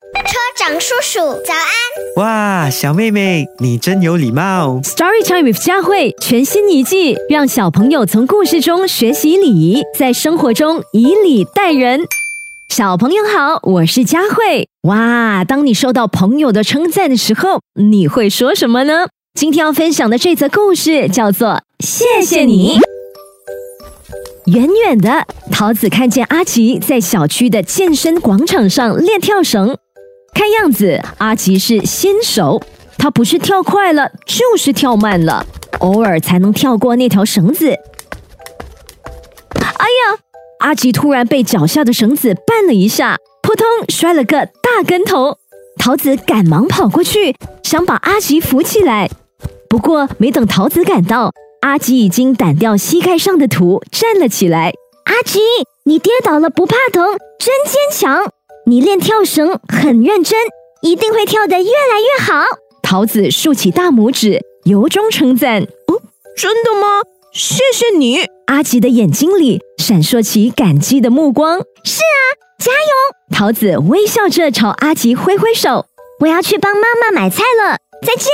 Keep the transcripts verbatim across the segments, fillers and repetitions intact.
车长叔叔早安。 哇，小妹妹，你真有礼貌。 Story Time with 佳慧全新一季，让小朋友从故事中学习礼仪，在生活中以礼待人。小朋友好，我是佳慧。哇，当你收到朋友的称赞的时候，你会说什么呢？今天要分享的这则故事叫做谢谢你。远远的，桃子看见阿吉在小区的健身广场上练跳绳。看样子阿吉是新手，他不是跳快了，就是跳慢了，偶尔才能跳过那条绳子。哎呀，阿吉突然被脚下的绳子绊了一下，扑通摔了个大跟头。桃子赶忙跑过去，想把阿吉扶起来。不过没等桃子赶到，阿吉已经掸掉膝盖上的土，站了起来。 阿吉，你跌倒了不怕疼，真坚强。你练跳绳很认真，一定会跳得越来越好。 桃子竖起大拇指，由衷称赞。 哦，真的吗？谢谢你。 阿吉的眼睛里闪烁起感激的目光。 是啊，加油！ 桃子微笑着朝阿吉挥挥手。 我要去帮妈妈买菜了，再见。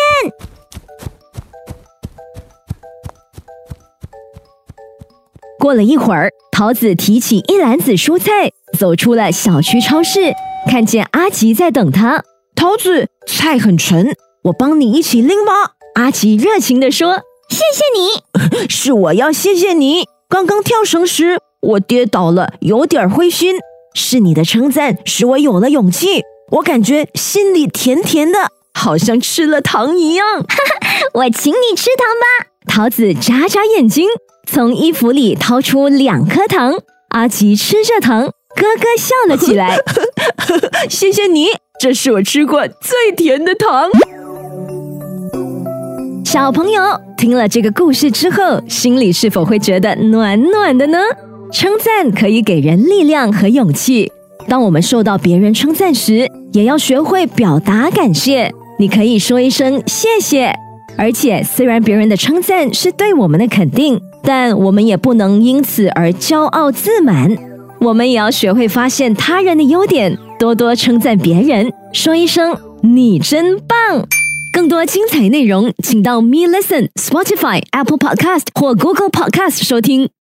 过了一会儿，桃子提起一篮子蔬菜，走出了小区超市，看见阿吉在等他。 桃子，菜很沉，我帮你一起拎吧。 阿吉热情地说。 谢谢你。 是我要谢谢你。刚刚跳绳时我跌倒了，有点灰心，是你的称赞使我有了勇气，我感觉心里甜甜的，好像吃了糖一样。 我请你吃糖吧。 桃子眨眨眼睛，从衣服里掏出两颗糖。阿吉吃着糖，咯咯笑了起来。 谢谢你，这是我吃过最甜的糖。 小朋友听了这个故事之后，心里是否会觉得暖暖的呢？称赞可以给人力量和勇气。当我们受到别人称赞时，也要学会表达感谢。你可以说一声谢谢。而且虽然别人的称赞是对我们的肯定，但我们也不能因此而骄傲自满。我们也要学会发现他人的优点，多多称赞别人，说一声你真棒。更多精彩内容请到 Me Listen、Spotify、Apple Podcast 或 Google Podcast 收听。